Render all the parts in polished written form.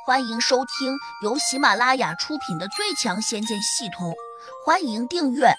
欢迎收听由喜马拉雅出品的《最强仙剑系统》，欢迎订阅。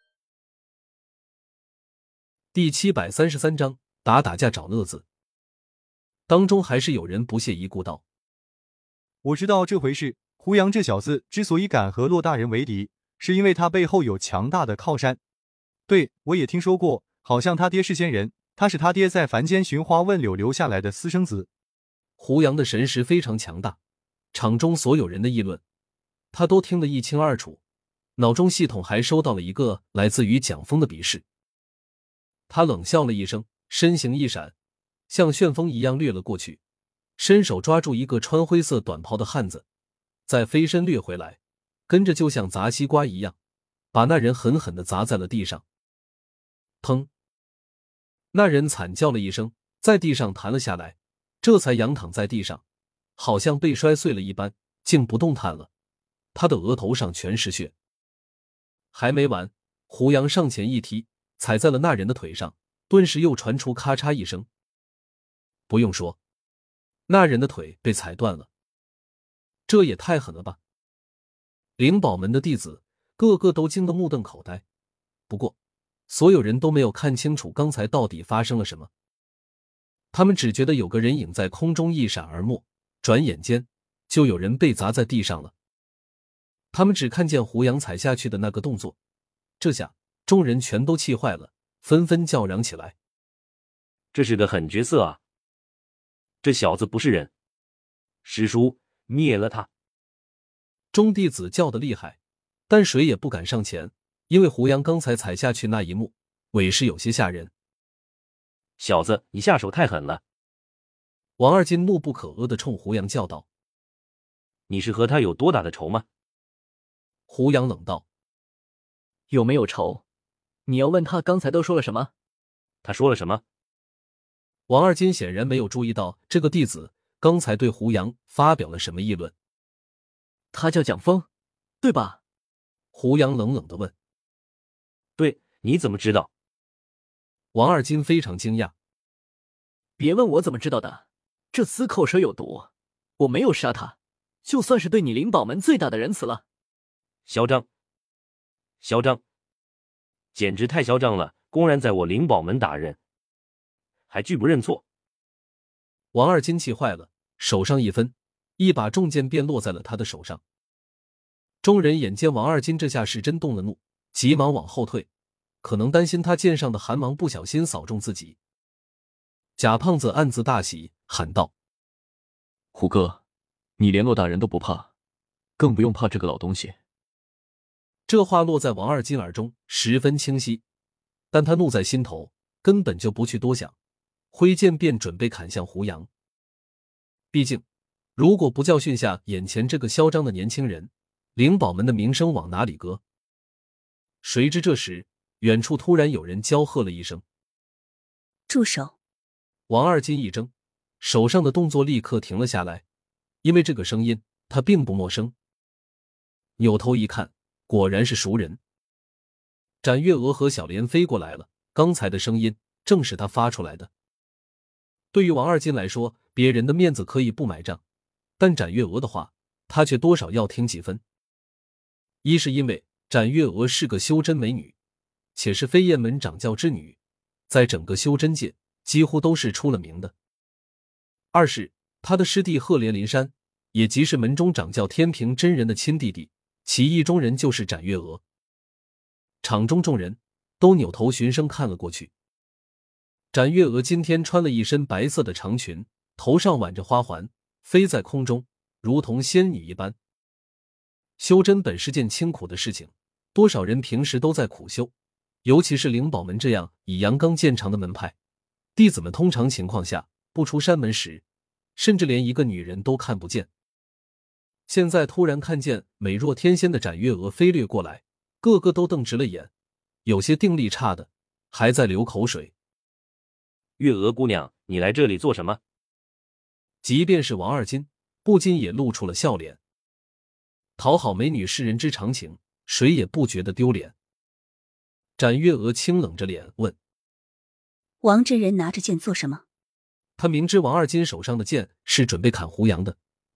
第733章打架找乐子。当中还是有人不屑一顾道： 我知道这回事，胡杨这小子之所以敢和骆大人为敌，是因为他背后有强大的靠山。对，我也听说过，好像他爹是仙人，他是他爹在凡间寻花问柳留下来的私生子。 胡杨的神识非常强大，场中所有人的议论他都听得一清二楚，脑中系统还收到了一个来自于蒋峰的鄙视。他冷笑了一声，身形一闪，像旋风一样掠了过去，伸手抓住一个穿灰色短袍的汉子，再飞身掠回来，跟着就像砸西瓜一样，把那人狠狠地砸在了地上。砰！那人惨叫了一声，在地上弹了下来，这才仰躺在地上，好像被摔碎了一般，竟不动弹了。他的额头上全是血。还没完，胡杨上前一踢，踩在了那人的腿上，顿时又传出咔嚓一声。不用说，那人的腿被踩断了。这也太狠了吧！灵宝门的弟子个个都惊得目瞪口呆，不过所有人都没有看清楚刚才到底发生了什么。他们只觉得有个人影在空中一闪而没，转眼间就有人被砸在地上了。他们只看见胡杨踩下去的那个动作，这下众人全都气坏了，纷纷叫嚷起来： 这是个狠角色啊！这小子不是人，师叔灭了他！ 众弟子叫得厉害，但谁也不敢上前，因为胡杨刚才踩下去那一幕委实有些吓人。 小子，你下手太狠了！ 王二金怒不可遏地冲胡杨叫道： 你是和他有多大的仇吗？ 胡杨冷道： 有没有仇？你要问他刚才都说了什么？ 他说了什么？ 王二金显然没有注意到这个弟子刚才对胡杨发表了什么议论。 他叫蒋峰，对吧？ 胡杨冷冷地问。 对，你怎么知道？ 王二金非常惊讶。 别问我怎么知道的，这厮口舌有毒，我没有杀他，就算是对你灵宝门最大的仁慈了。 嚣张！嚣张！简直太嚣张了，公然在我灵宝门打人，还拒不认错。 王二金气坏了，手上一分，一把重剑便落在了他的手上。众人眼见王二金这下是真动了怒，急忙往后退，可能担心他剑上的寒芒不小心扫中自己。贾胖子暗自大喜，喊道： 胡哥，你连骆大人都不怕，更不用怕这个老东西。 这话落在王二金耳中十分清晰，但他怒在心头，根本就不去多想，挥剑便准备砍向胡杨。毕竟如果不教训下眼前这个嚣张的年轻人，灵宝门的名声往哪里搁？谁知这时远处突然有人娇喝了一声： 住手！ 王二金一怔，手上的动作立刻停了下来，因为这个声音他并不陌生。扭头一看，果然是熟人。展月娥和小莲飞过来了，刚才的声音正是他发出来的。对于王二金来说，别人的面子可以不买账，但展月娥的话他却多少要听几分。一是因为展月娥是个修真美女，且是飞燕门掌教之女，在整个修真界几乎都是出了名的。二是他的师弟赫连林山，也即是门中掌教天平真人的亲弟弟，其意中人就是展月娥。场中众人都扭头循声看了过去。展月娥今天穿了一身白色的长裙，头上挽着花环，飞在空中，如同仙女一般。修真本是件清苦的事情，多少人平时都在苦修，尤其是灵宝门这样以阳刚见长的门派，弟子们通常情况下不出山门时，甚至连一个女人都看不见。现在突然看见美若天仙的展月娥飞掠过来，个个都瞪直了眼，有些定力差的还在流口水。 月娥姑娘，你来这里做什么？ 即便是王二金不禁也露出了笑脸。讨好美女是人之常情，谁也不觉得丢脸。展月娥清冷着脸问： 王真人拿着剑做什么？ 他明知王二金手上的剑是准备砍胡杨的，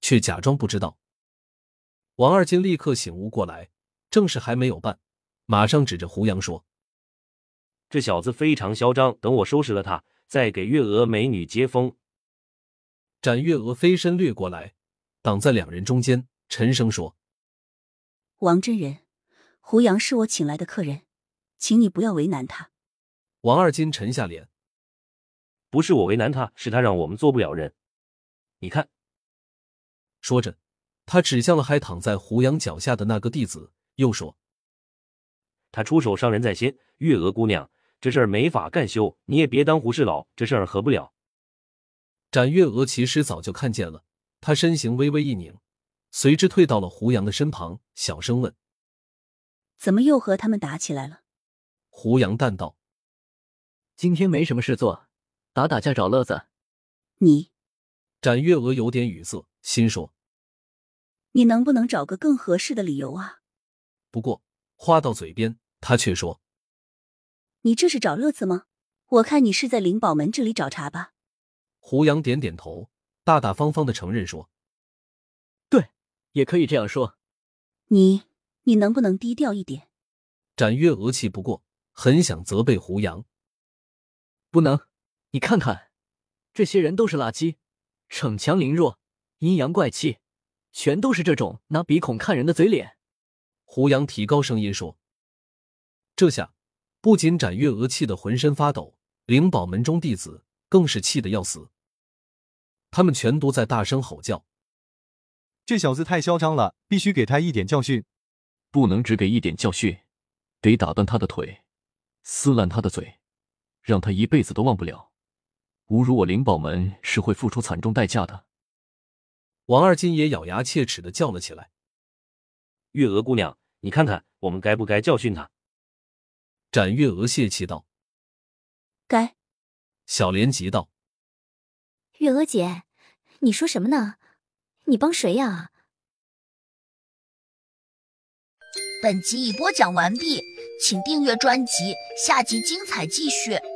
却假装不知道。王二金立刻醒悟过来，正事还没有办，马上指着胡杨说：“ 这小子非常嚣张，等我收拾了他，再给月娥美女接风。” 展月娥飞身掠过来，挡在两人中间，沉声说：“ 王真人，胡杨是我请来的客人，请你不要为难他。” 王二金沉下脸：“ 不是我为难他，是他让我们做不了人。你看。” 说着，他指向了还躺在胡杨脚下的那个弟子，又说：“ 他出手伤人在先，月娥姑娘，这事儿没法干休，你也别当胡事佬，这事儿合不了。” 展月娥其实早就看见了，她身形微微一拧，随之退到了胡杨的身旁，小声问：“ 怎么又和他们打起来了？” 胡杨淡道：“ 今天没什么事做，打打架找乐子。” 你…… 展月娥有点语塞，心说：“ 你能不能找个更合适的理由啊？” 不过话到嘴边，他却说：“ 你这是找乐子吗？我看你是在灵宝门这里找茬吧。” 胡杨点点头，大大方方的承认说：“ 对，也可以这样说。” 你能不能低调一点？ 展月娥气不过，很想责备胡杨。 不能，你看看，这些人都是垃圾，逞强凌弱，阴阳怪气，全都是这种拿鼻孔看人的嘴脸。 胡杨提高声音说。这下不仅展月娥气得浑身发抖，灵宝门中弟子更是气得要死。他们全都在大声吼叫：“ 这小子太嚣张了，必须给他一点教训！ 不能只给一点教训，得打断他的腿，撕烂他的嘴，让他一辈子都忘不了。侮辱我灵宝门是会付出惨重代价的。” 王二金也咬牙切齿地叫了起来：“ 月娥姑娘，你看看我们该不该教训他？” 展月娥泄气道：“ 该。” 小莲急道：“ 月娥姐，你说什么呢？你帮谁呀？” 本集已播讲完毕，请订阅专辑，下集精彩继续。